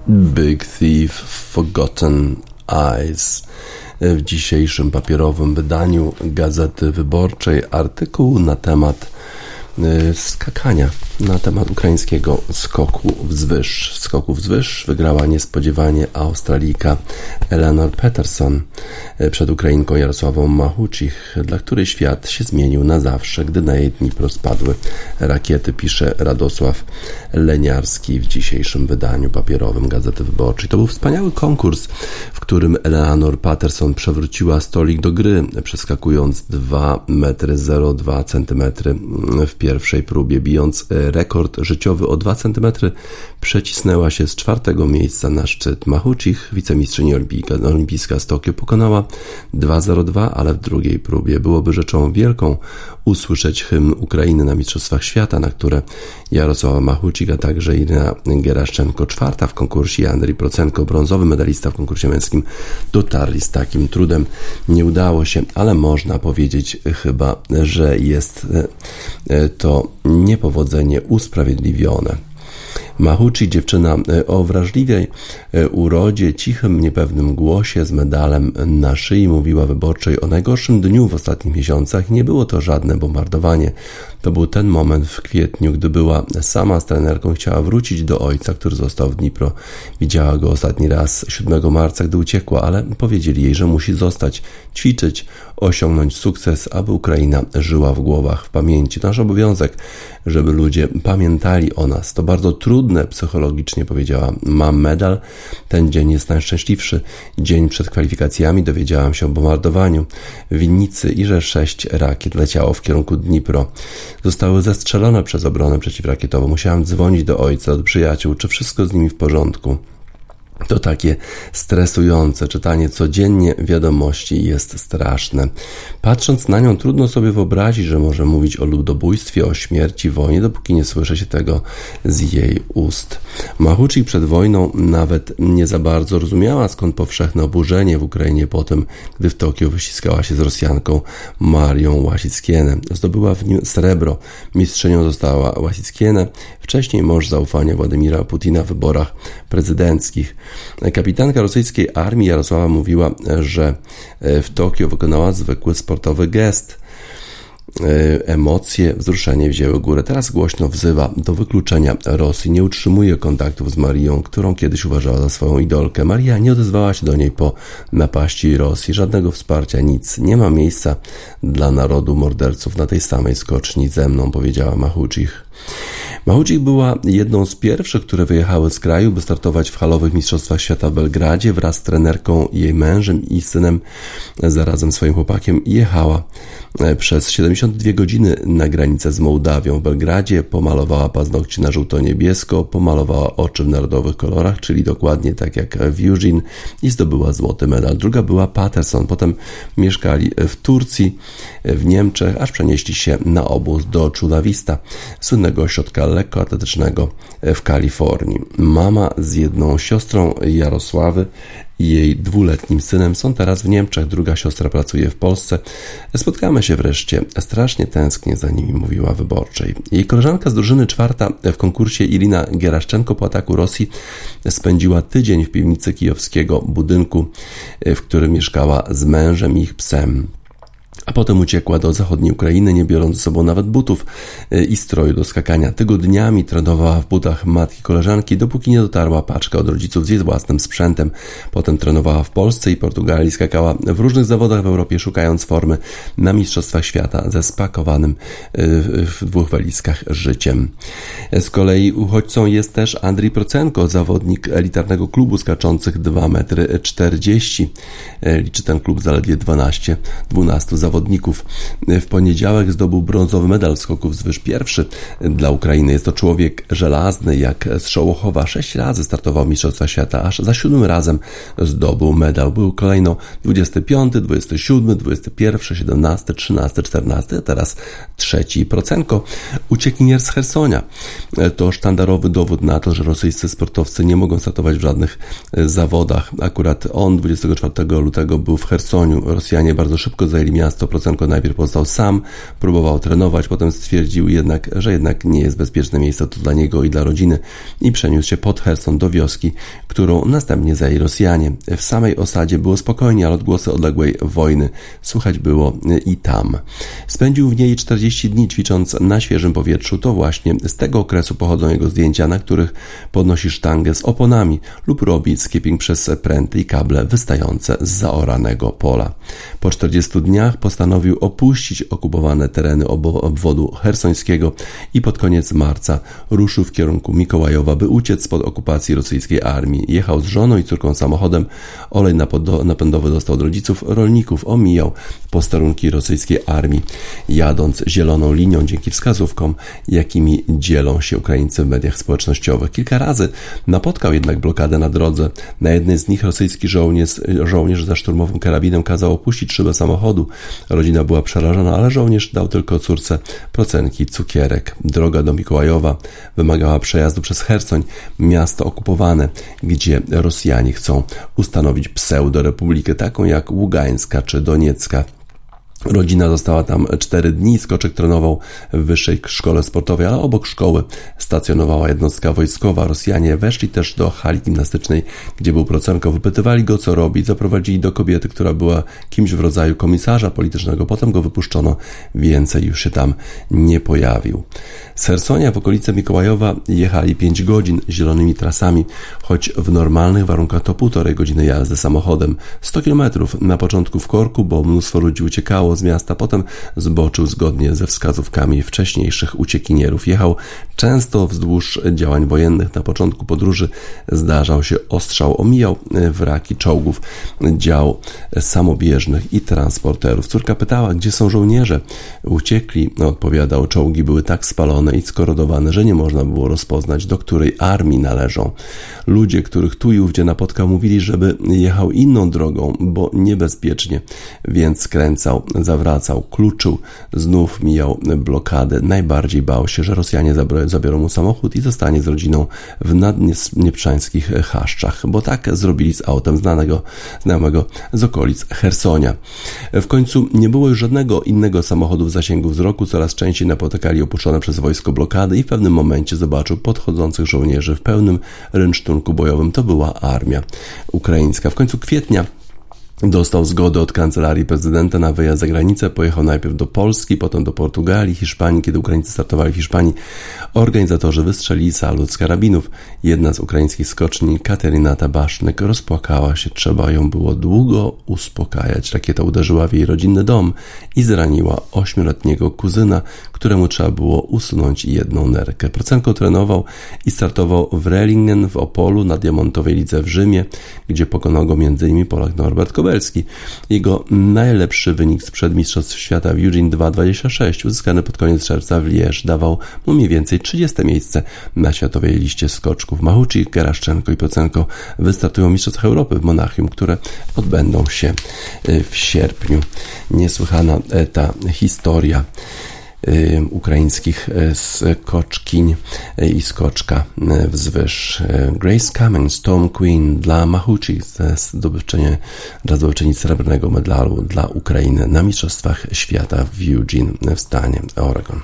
Big Thief, Forgotten Eyes. W dzisiejszym papierowym wydaniu Gazety Wyborczej artykuł na temat skakania, na temat ukraińskiego skoku wzwyż. Wygrała niespodziewanie Australijka Eleanor Peterson przed Ukrainką Jarosławą Mahučich, dla której świat się zmienił na zawsze, gdy na jej Dnipro spadły rakiety, pisze Radosław Leniarski w dzisiejszym wydaniu papierowym Gazety Wyborczej. To był wspaniały konkurs, w którym Eleanor Peterson przewróciła stolik do gry, przeskakując 2,02 m w pierwszej próbie, bijąc rekord życiowy o 2 cm, przecisnęła się z 4. miejsca na szczyt. Mahučich, wicemistrzyni olimpijska z Tokio, pokonała 2,02, ale w drugiej próbie byłoby rzeczą wielką usłyszeć hymn Ukrainy na Mistrzostwach Świata, na które Jarosława Mahučich, a także Irina Geraszczenko, 4. w konkursie, Andrii Procenko, brązowy medalista w konkursie męskim, dotarli z takim trudem. Nie udało się, ale można powiedzieć chyba, że jest to niepowodzenie usprawiedliwione. Mahučich, dziewczyna o wrażliwej urodzie, cichym, niepewnym głosie, z medalem na szyi, mówiła Wyborczej o najgorszym dniu w ostatnich miesiącach. Nie było to żadne bombardowanie. To był ten moment w kwietniu, gdy była sama z trenerką, chciała wrócić do ojca, który został w Dnipro. Widziała go ostatni raz 7 marca, gdy uciekła, ale powiedzieli jej, że musi zostać, ćwiczyć, osiągnąć sukces, aby Ukraina żyła w głowach, w pamięci. To nasz obowiązek, żeby ludzie pamiętali o nas. To bardzo trudne psychologicznie, powiedziała. Mam medal. Ten dzień jest najszczęśliwszy. Dzień przed kwalifikacjami dowiedziałam się o bombardowaniu w Winnicy i że 6 rakiet leciało w kierunku Dnipro. Zostały zestrzelone przez obronę przeciwrakietową. Musiałam dzwonić do ojca, do przyjaciół, czy wszystko z nimi w porządku. To takie stresujące. Czytanie codziennie wiadomości jest straszne. Patrząc na nią, trudno sobie wyobrazić, że może mówić o ludobójstwie, o śmierci, wojnie, dopóki nie słyszy się tego z jej ust. Mahučich przed wojną nawet nie za bardzo rozumiała, skąd powszechne oburzenie w Ukrainie po tym, gdy w Tokio wyściskała się z Rosjanką Marią Łasieckienę. Zdobyła w nim srebro. Mistrzynią została Łasieckienę, wcześniej mąż zaufania Władimira Putina w wyborach prezydenckich. Kapitanka rosyjskiej armii Jarosława mówiła, że w Tokio wykonała zwykły sportowy gest. Emocje, wzruszenie wzięły górę. Teraz głośno wzywa do wykluczenia Rosji. Nie utrzymuje kontaktów z Marią, którą kiedyś uważała za swoją idolkę. Maria nie odezwała się do niej po napaści Rosji. Żadnego wsparcia, nic. Nie ma miejsca dla narodu morderców na tej samej skoczni ze mną, powiedziała Mahučich. Mahučich była jedną z pierwszych, które wyjechały z kraju, by startować w halowych mistrzostwach świata w Belgradzie. Wraz z trenerką, jej mężem i synem, zarazem swoim chłopakiem, jechała przez 72 godziny na granicę z Mołdawią. W Belgradzie pomalowała paznokcie na żółto-niebiesko, pomalowała oczy w narodowych kolorach, czyli dokładnie tak jak w Eugene, i zdobyła złoty medal. Druga była Peterson. Potem mieszkali w Turcji, w Niemczech, aż przenieśli się na obóz do Chula Vista, słynnego ośrodka lekkoatletycznego w Kalifornii. Mama z jedną siostrą Jarosławy i jej 2-letnim synem są teraz w Niemczech. Druga siostra pracuje w Polsce. Spotkamy się wreszcie. Strasznie tęsknię za nimi, mówiła Wyborczej. Jej koleżanka z drużyny 4. w konkursie, Irina Geraszczenko, po ataku Rosji spędziła tydzień w piwnicy kijowskiego budynku, w którym mieszkała z mężem i ich psem. A potem uciekła do zachodniej Ukrainy, nie biorąc ze sobą nawet butów i stroju do skakania. Tygodniami trenowała w butach matki koleżanki, dopóki nie dotarła paczka od rodziców z jej własnym sprzętem. Potem trenowała w Polsce i Portugalii, skakała w różnych zawodach w Europie, szukając formy na Mistrzostwach Świata ze spakowanym w 2 walizkach życiem. Z kolei uchodźcą jest też Andrii Procenko, zawodnik elitarnego klubu skaczących 2,40 m. Liczy ten klub zaledwie 12 zawodników. W poniedziałek zdobył brązowy medal skoków wzwyż, pierwszy dla Ukrainy. Jest to człowiek żelazny, jak z Szołochowa. 6 razy startował w Mistrzostwach Świata, aż za 7 razem zdobył medal. Był kolejno 25, 27, 21, 17, 13, 14, a teraz 3. Procenko, uciekinier z Chersonia. To sztandarowy dowód na to, że rosyjscy sportowcy nie mogą startować w żadnych zawodach. Akurat on 24 lutego był w Chersoniu. Rosjanie bardzo szybko zajęli miasto miasto. Procenko najpierw pozostał sam, próbował trenować, potem stwierdził jednak, że jednak nie jest bezpieczne miejsce to dla niego i dla rodziny i przeniósł się pod Cherson do wioski, którą następnie zajęli Rosjanie. W samej osadzie było spokojnie, ale odgłosy odległej wojny słychać było i tam. Spędził w niej 40 dni ćwicząc na świeżym powietrzu. To właśnie z tego okresu pochodzą jego zdjęcia, na których podnosi sztangę z oponami lub robi skipping przez pręty i kable wystające z zaoranego pola. Po 40 dniach postanowił opuścić okupowane tereny obwodu chersońskiego i pod koniec marca ruszył w kierunku Mikołajowa, by uciec spod okupacji rosyjskiej armii. Jechał z żoną i córką samochodem. Olej napędowy dostał od rodziców. Rolników omijał posterunki rosyjskiej armii, jadąc zieloną linią dzięki wskazówkom, jakimi dzielą się Ukraińcy w mediach społecznościowych. Kilka razy napotkał jednak blokadę na drodze. Na jednej z nich rosyjski żołnierz za szturmowym karabinem kazał opuścić szybę samochodu. Rodzina była przerażona, ale żołnierz dał tylko córce procenki cukierek. Droga do Mikołajowa wymagała przejazdu przez Chersoń, miasto okupowane, gdzie Rosjanie chcą ustanowić pseudorepublikę, taką jak Ługańska czy Doniecka. Rodzina została tam 4 dni, Skoczek trenował w wyższej szkole sportowej, ale obok szkoły stacjonowała jednostka wojskowa. Rosjanie weszli też do hali gimnastycznej, gdzie był Procenko, wypytywali go, co robi, zaprowadzili do kobiety, która była kimś w rodzaju komisarza politycznego, potem go wypuszczono, więcej już się tam nie pojawił. Z Chersonia w okolice Mikołajowa jechali 5 godzin zielonymi trasami, choć w normalnych warunkach to 1,5 godziny jazdy samochodem. 100 km na początku w korku, bo mnóstwo ludzi uciekało z miasta, potem zboczył zgodnie ze wskazówkami wcześniejszych uciekinierów. Jechał często wzdłuż działań wojennych. Na początku podróży zdarzał się ostrzał, omijał wraki czołgów, dział samobieżnych i transporterów. Córka pytała, gdzie są żołnierze. Uciekli, odpowiadał, czołgi były tak spalone i skorodowane, że nie można było rozpoznać, do której armii należą. Ludzie, których tu i ówdzie napotkał, mówili, żeby jechał inną drogą, bo niebezpiecznie, więc skręcał, zawracał, kluczył, znów mijał blokadę. Najbardziej bał się, że Rosjanie zabiorą mu samochód i zostanie z rodziną w naddnieprzańskich chaszczach, bo tak zrobili z autem znajomego z okolic Chersonia. W końcu nie było już żadnego innego samochodu w zasięgu wzroku, coraz częściej napotykali opuszczone przez wojsko blokady i w pewnym momencie zobaczył podchodzących żołnierzy w pełnym rynsztunku bojowym. To była armia ukraińska. W końcu kwietnia dostał zgodę od kancelarii prezydenta na wyjazd za granicę. Pojechał najpierw do Polski, potem do Portugalii, Hiszpanii. Kiedy Ukraińcy startowali w Hiszpanii, organizatorzy wystrzelili salut z karabinów. Jedna z ukraińskich skoczni, Kateryna Tabasznyk, rozpłakała się. Trzeba ją było długo uspokajać. Rakieta uderzyła w jej rodzinny dom i zraniła 8-letniego kuzyna, któremu trzeba było usunąć jedną nerkę. Procenko trenował i startował w Rellingen w Opolu, na diamentowej lidze w Rzymie, gdzie pokonał go m.in. Polak Norbert Kobelski. Jego najlepszy wynik sprzed Mistrzostw Świata w Eugene 2.26, uzyskany pod koniec czerwca w Liège, dawał mu mniej więcej 30 miejsce na światowej liście skoczków. Mahucik, Geraszczenko i Procenko wystartują w Mistrzostwach Europy w Monachium, które odbędą się w sierpniu. Niesłychana ta historia ukraińskich skoczkiń i skoczka wzwyż. Grace Cummings, Storm Queen dla Mahucci, dla zdobywczyni srebrnego medalu dla Ukrainy na Mistrzostwach Świata w Eugene w stanie Oregon.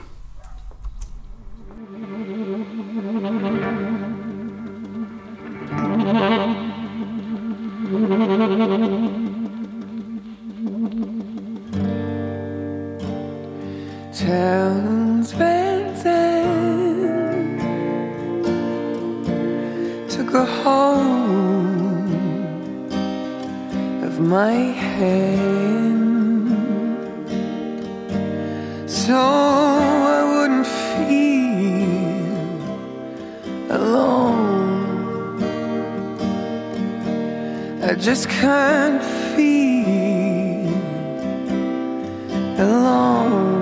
Townsend took a hold of my hand, so I wouldn't feel alone. I just can't feel alone.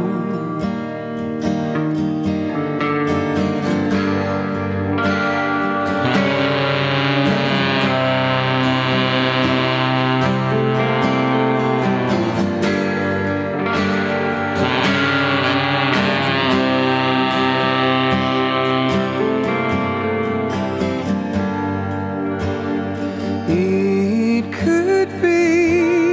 It could be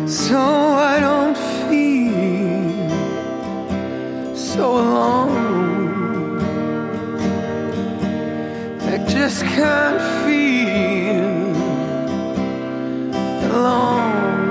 so I don't feel so alone. I just can't feel alone.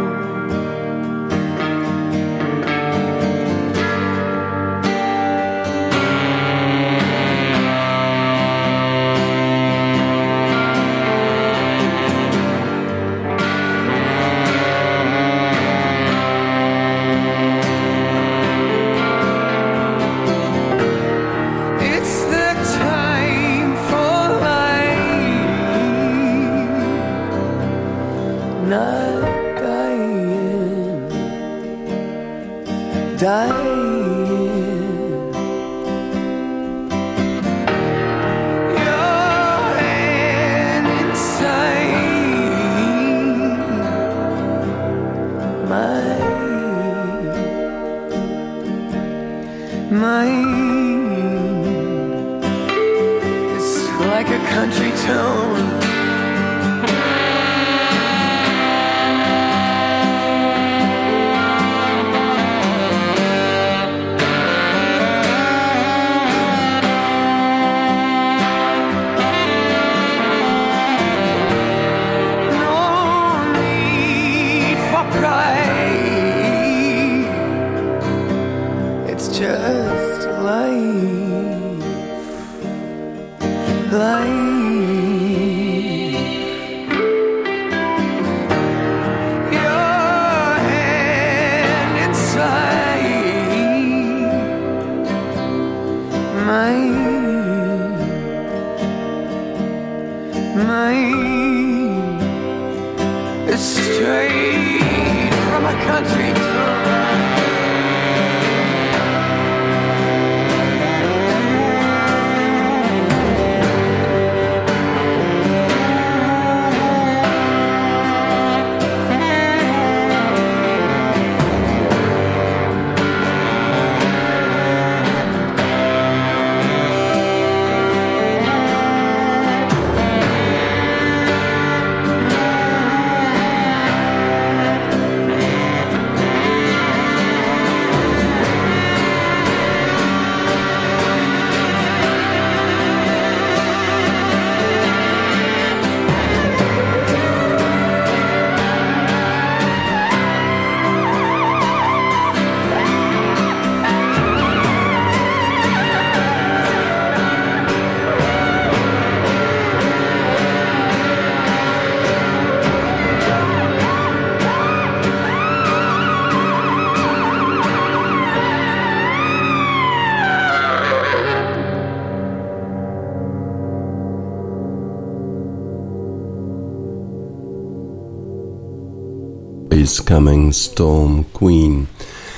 Is Coming Storm Queen.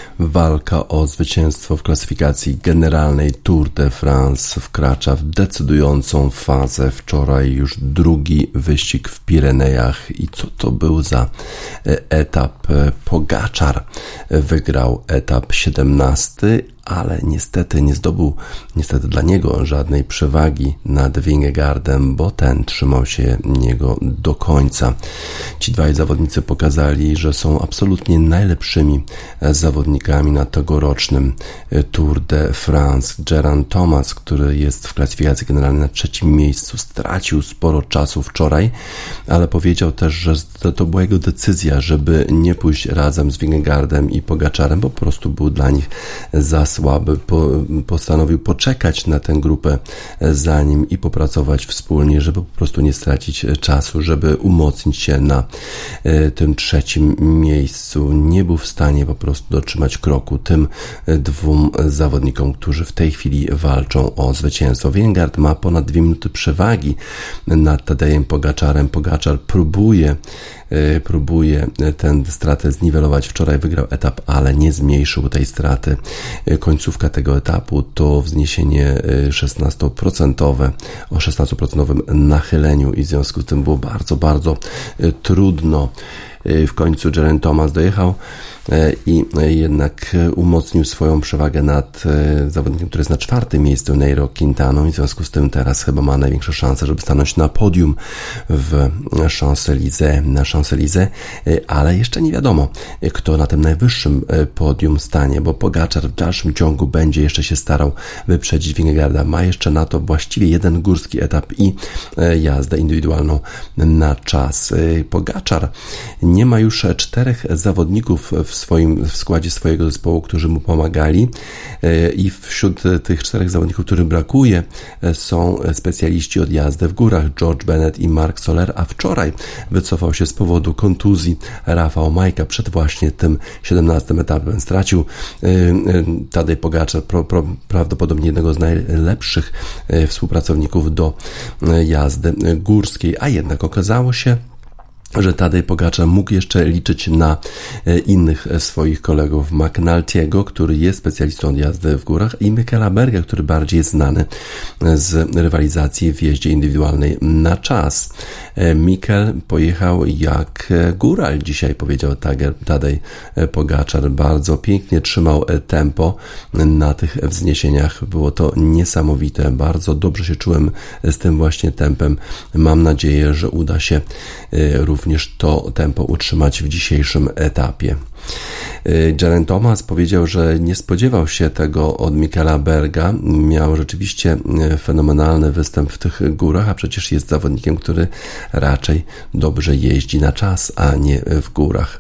Walka o zwycięstwo w klasyfikacji generalnej Tour de France wkracza w decydującą fazę. Wczoraj już drugi wyścig w Pirenejach i co to był za etap? Pogačar wygrał etap 17, ale niestety nie zdobył dla niego żadnej przewagi nad Vingegaardem, bo ten trzymał się niego do końca. Ci dwaj zawodnicy pokazali, że są absolutnie najlepszymi zawodnikami na tegorocznym Tour de France. Geraint Thomas, który jest w klasyfikacji generalnej na 3. miejscu, stracił sporo czasu wczoraj, ale powiedział też, że to była jego decyzja, żeby nie pójść razem z Vingegaardem i Pogačarem, bo po prostu był dla nich za słaby. Postanowił poczekać na tę grupę za nim i popracować wspólnie, żeby po prostu nie stracić czasu, żeby umocnić się na tym 3. miejscu. Nie był w stanie po prostu dotrzymać kroku tym dwóm zawodnikom, którzy w tej chwili walczą o zwycięstwo. Vingegaard ma ponad 2 minuty przewagi nad Tadejem Pogačarem. Pogačar próbuje tę stratę zniwelować. Wczoraj wygrał etap, ale nie zmniejszył tej straty. Końcówka tego etapu to wzniesienie 16% o 16% nachyleniu i w związku z tym było bardzo, bardzo trudno W końcu Geraint Thomas dojechał i jednak umocnił swoją przewagę nad zawodnikiem, który jest na 4. miejscu, Nairo Quintana, i w związku z tym teraz chyba ma największe szanse, żeby stanąć na podium w Champs-Élysées, ale jeszcze nie wiadomo, kto na tym najwyższym podium stanie, bo Pogačar w dalszym ciągu będzie jeszcze się starał wyprzedzić Vingegaarda. Ma jeszcze na to właściwie jeden górski etap i jazdę indywidualną na czas. Pogačar nie ma już 4 zawodników w składzie swojego zespołu, którzy mu pomagali, i wśród tych 4 zawodników, którym brakuje, są specjaliści od jazdy w górach, George Bennett i Marc Soler, a wczoraj wycofał się z powodu kontuzji Rafał Majka przed właśnie tym 17. etapem. Stracił Tadej Pogačar, prawdopodobnie jednego z najlepszych współpracowników do jazdy górskiej, a jednak okazało się, że Tadej Pogačar mógł jeszcze liczyć na innych swoich kolegów, McNulty'ego, który jest specjalistą od jazdy w górach, i Mikkela Berga, który bardziej jest znany z rywalizacji w jeździe indywidualnej na czas. Mikkel pojechał jak góral dzisiaj, powiedział Tadej Pogačar. Bardzo pięknie trzymał tempo na tych wzniesieniach. Było to niesamowite. Bardzo dobrze się czułem z tym właśnie tempem. Mam nadzieję, że uda się również to tempo utrzymać w dzisiejszym etapie. Geraint Thomas powiedział, że nie spodziewał się tego od Mikkela Berga. Miał rzeczywiście fenomenalny występ w tych górach, a przecież jest zawodnikiem, który raczej dobrze jeździ na czas, a nie w górach.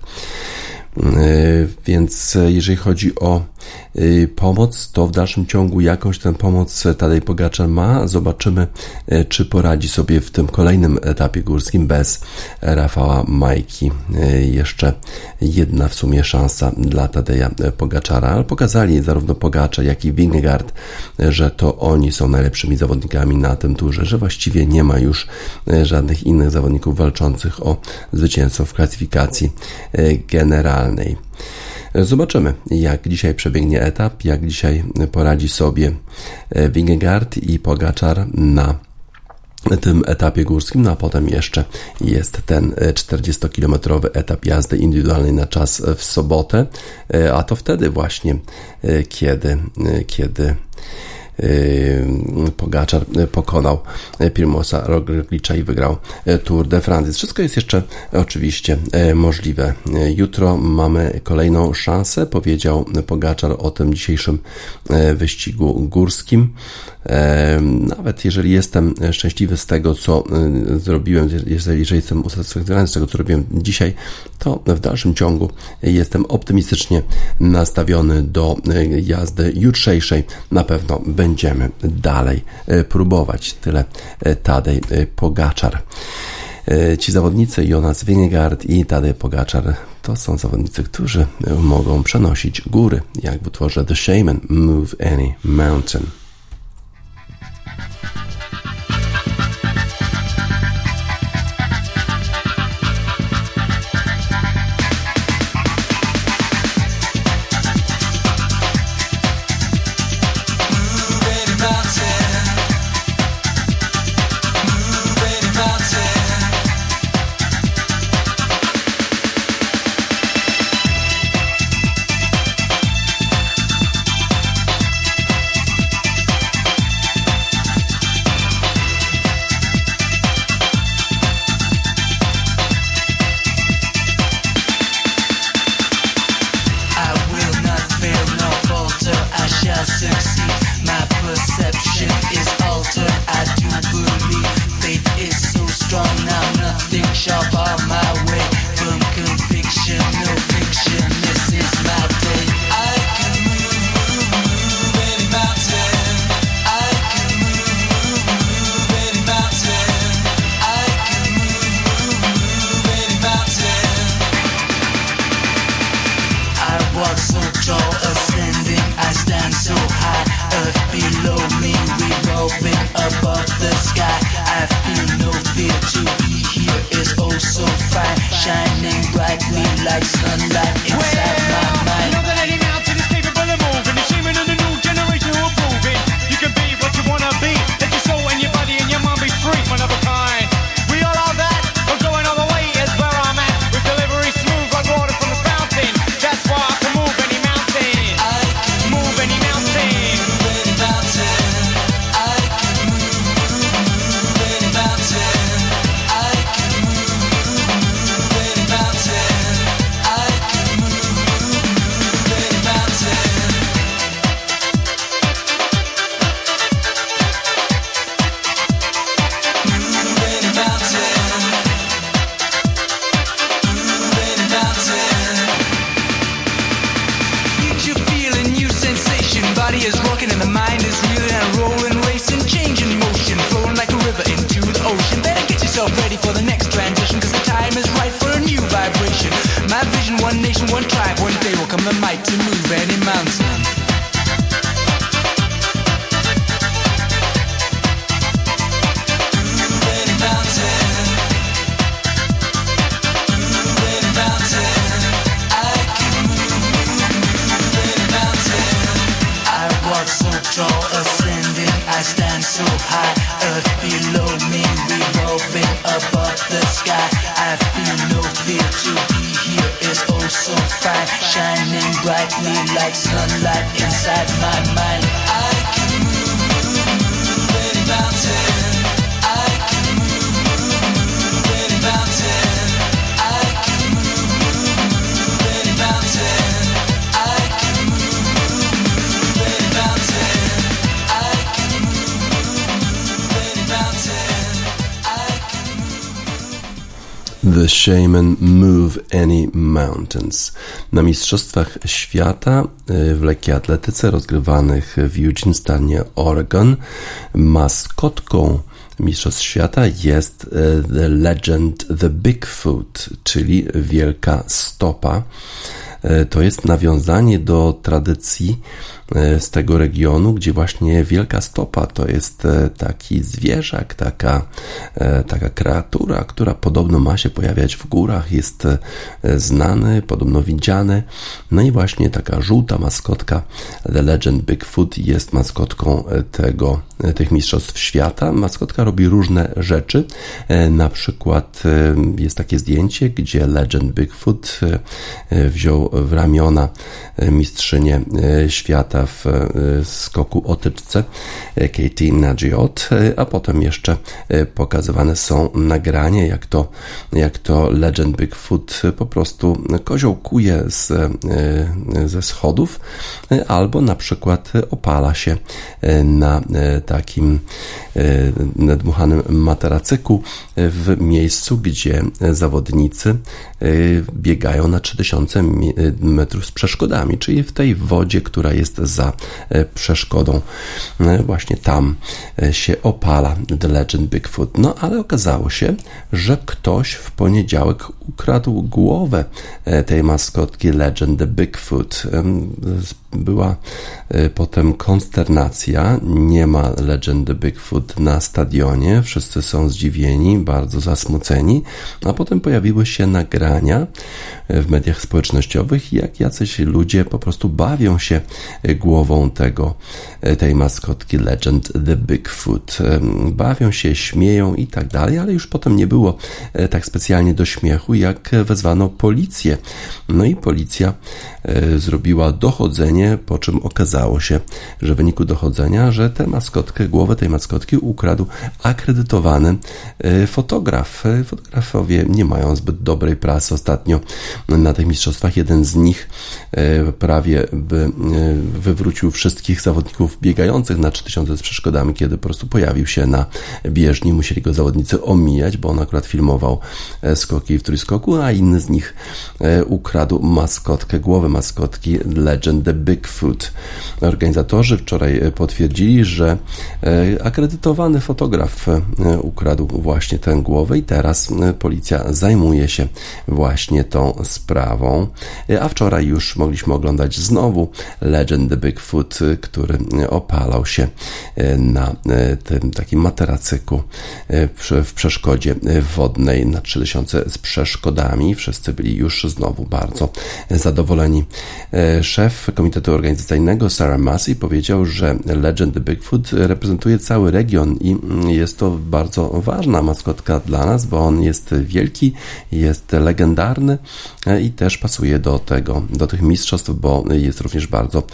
Więc jeżeli chodzi o pomoc, to w dalszym ciągu jakąś tę pomoc Tadej Pogačar ma. Zobaczymy, czy poradzi sobie w tym kolejnym etapie górskim bez Rafała Majki. Jeszcze jedna w sumie szansa dla Tadeja Pogačara, ale pokazali zarówno Pogačar, jak i Vingegaard, że to oni są najlepszymi zawodnikami na tym turze, że właściwie nie ma już żadnych innych zawodników walczących o zwycięstwo w klasyfikacji generalnej. Zobaczymy, jak dzisiaj przebiegnie etap, jak dzisiaj poradzi sobie Vingegaard i Pogačar na tym etapie górskim, no a potem jeszcze jest ten 40-kilometrowy etap jazdy indywidualnej na czas w sobotę, a to wtedy właśnie, kiedy Pogačar pokonał Primoža Roglicza i wygrał Tour de France. Wszystko jest jeszcze oczywiście możliwe. Jutro mamy kolejną szansę, powiedział Pogačar o tym dzisiejszym wyścigu górskim. Nawet jeżeli jestem szczęśliwy z tego, co zrobiłem, jeżeli jestem usatysfakcjonowany z tego, co robiłem dzisiaj, to w dalszym ciągu jestem optymistycznie nastawiony do jazdy jutrzejszej. Na pewno będziemy dalej próbować. Tyle Tadej Pogačar. Ci zawodnicy, Jonas Vingegaard i Tadej Pogačar, to są zawodnicy, którzy mogą przenosić góry, jak w utworze The Shaman, Move Any Mountain. one nation, one tribe. One day will come the might to move any mountain. I stand so high, earth below me, revolving above the sky. I feel no fear, to be here is oh so fine, shining brightly like sunlight inside my mind. I can move any mountain. I can move any mountain. I can move any mountain. I can move any mountain. The Shaman Move Any Mountains. Na Mistrzostwach Świata w lekkiej atletyce rozgrywanych w Eugene, stanie Oregon, maskotką Mistrzostw Świata jest The Legend The Bigfoot, czyli Wielka Stopa. To jest nawiązanie do tradycji z tego regionu, gdzie właśnie Wielka Stopa to jest taki zwierzak, taka kreatura, która podobno ma się pojawiać w górach, jest znany, podobno widziany. No i właśnie taka żółta maskotka The Legend Bigfoot jest maskotką tych Mistrzostw Świata. Maskotka robi różne rzeczy. Na przykład jest takie zdjęcie, gdzie Legend Bigfoot wziął w ramiona mistrzynię świata w skoku o tyczce Katie Nagiot, a potem jeszcze pokazywane są nagrania, jak to Legend Bigfoot po prostu koziołkuje ze schodów, albo na przykład opala się na takim nadmuchanym materacyku w miejscu, gdzie zawodnicy biegają na 3000 metrów z przeszkodami, czyli w tej wodzie, która jest za przeszkodą. Właśnie tam się opala The Legend Bigfoot. No ale okazało się, że ktoś w poniedziałek ukradł głowę tej maskotki Legend The Bigfoot. Była potem konsternacja, nie ma Legend The Bigfoot na stadionie, wszyscy są zdziwieni, bardzo zasmuceni, a potem pojawiły się nagrania w mediach społecznościowych, jak jacyś ludzie po prostu bawią się głową tej maskotki Legend The Bigfoot. Bawią się, śmieją i tak dalej, ale już potem nie było tak specjalnie do śmiechu, jak wezwano policję. No i policja zrobiła dochodzenie, po czym okazało się, że w wyniku dochodzenia, że głowę tej maskotki ukradł akredytowany fotograf. Fotografowie nie mają zbyt dobrej prasy ostatnio na tych mistrzostwach. Jeden z nich prawie wywrócił wszystkich zawodników biegających na 3000 z przeszkodami, kiedy po prostu pojawił się na bieżni. Musieli go zawodnicy omijać, bo on akurat filmował skoki w trójskoku, a inny z nich ukradł głowę maskotki Legend The Bigfoot. Organizatorzy wczoraj potwierdzili, że akredytowany fotograf ukradł właśnie tę głowę i teraz policja zajmuje się właśnie tą sprawą. A wczoraj już mogliśmy oglądać znowu Legend The Bigfoot, który opalał się na tym takim materacyku w przeszkodzie wodnej na 3000 z przeszkodami. Wszyscy byli już znowu bardzo zadowoleni. Szef komitetu organizacyjnego Sarah Massey powiedział, że Legend The Bigfoot reprezentuje cały region i jest to bardzo ważna maskotka dla nas, bo on jest wielki, jest legendarny i też pasuje do tych mistrzostw, bo jest również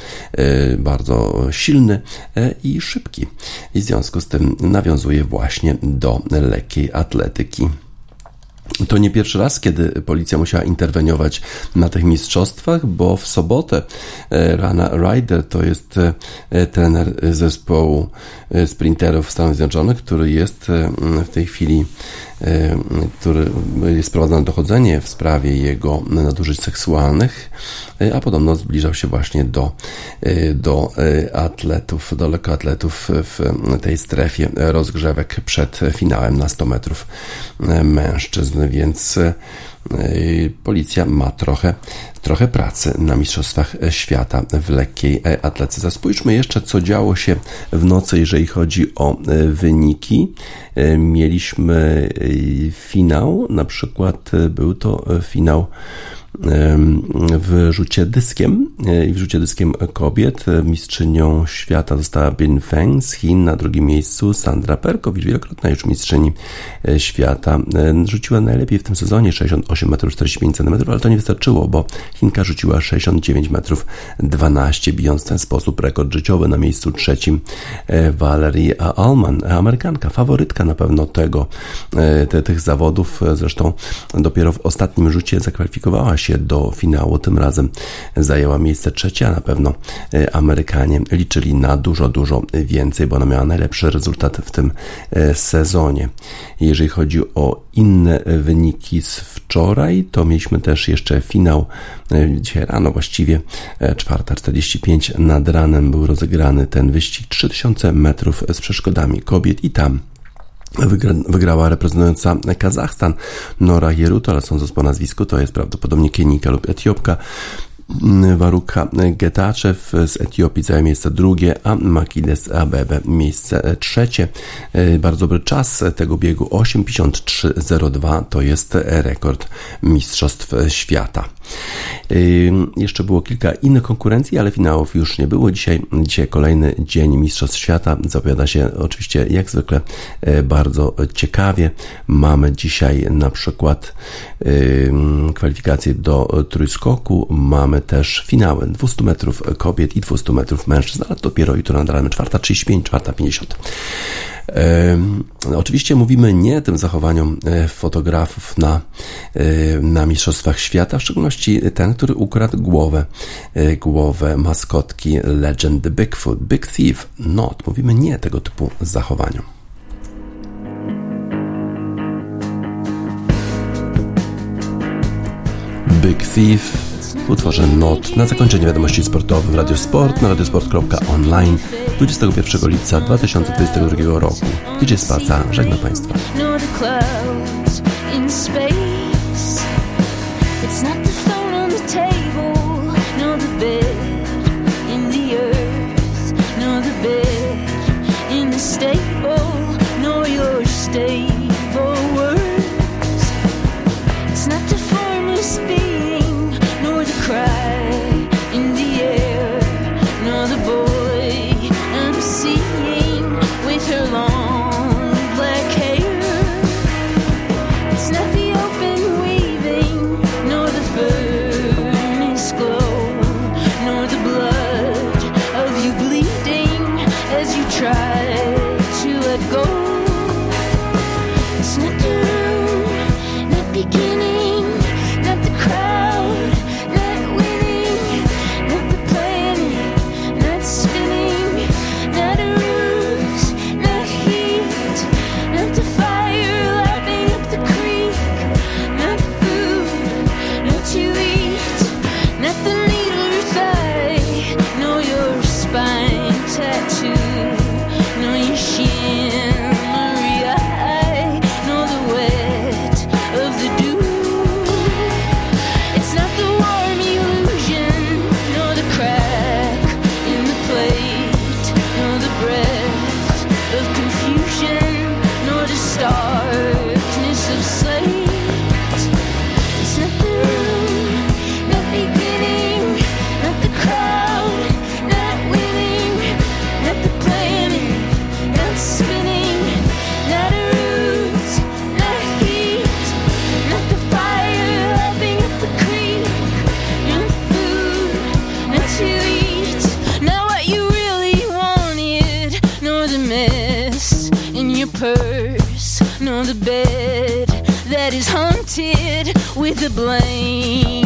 bardzo silny i szybki. I w związku z tym nawiązuje właśnie do lekkiej atletyki. To nie pierwszy raz, kiedy policja musiała interweniować na tych mistrzostwach, bo w sobotę Rana Ryder, to jest trener zespołu sprinterów Stanów Zjednoczonych, który jest w tej chwili, który jest prowadzone dochodzenie w sprawie jego nadużyć seksualnych, a podobno zbliżał się właśnie do atletów, do lekkoatletów w tej strefie rozgrzewek przed finałem na 100 metrów mężczyzn, więc policja ma trochę pracy na Mistrzostwach Świata w lekkiej atletyce. Spójrzmy jeszcze, co działo się w nocy, jeżeli chodzi o wyniki. Mieliśmy finał, na przykład był to finał w rzucie dyskiem kobiet. Mistrzynią świata została Bin Feng z Chin, na drugim miejscu Sandra Perkowicz, wielokrotna już mistrzyni świata. Rzuciła najlepiej w tym sezonie 68,45 m, ale to nie wystarczyło, bo Chinka rzuciła 69 metrów 12, bijąc w ten sposób rekord życiowy. Na miejscu trzecim Valerie Allman, Amerykanka, faworytka na pewno tych zawodów. Zresztą dopiero w ostatnim rzucie zakwalifikowała się do finału. Tym razem zajęła miejsce trzecie, a na pewno Amerykanie liczyli na dużo więcej, bo ona miała najlepszy rezultat w tym sezonie. Jeżeli chodzi o inne wyniki z wczoraj, to mieliśmy też jeszcze finał dzisiaj rano, właściwie 4:45 nad ranem był rozegrany ten wyścig 3000 metrów z przeszkodami kobiet i tam wygrała reprezentująca Kazachstan Nora Yerutal-Sądzoc po nazwisku, to jest prawdopodobnie Kenijka lub Etiopka. Waruka Getachew z Etiopii zajęła miejsce drugie, a Makides Abebe miejsce trzecie. Bardzo dobry czas tego biegu 8:53:02 to jest rekord Mistrzostw Świata. Jeszcze było kilka innych konkurencji, ale finałów już nie było. Dzisiaj kolejny dzień Mistrzostw Świata. Zapowiada się oczywiście jak zwykle bardzo ciekawie. Mamy dzisiaj na przykład kwalifikacje do trójskoku. Mamy też finały 200 metrów kobiet i 200 metrów mężczyzn, ale dopiero jutro nad ranem 4:35, 4:50. Oczywiście mówimy nie tym zachowaniom fotografów na Mistrzostwach Świata, w szczególności ten, który ukradł głowę maskotki Legend Bigfoot, Big Thief. Mówimy nie tego typu zachowaniom. Big Thief w utworze Not. Na zakończenie wiadomości sportowych w Radio Sport na radiosport.online 21 lipca 2022 roku. DJ Spaca żegna Państwa. The bed that is haunted with a blame.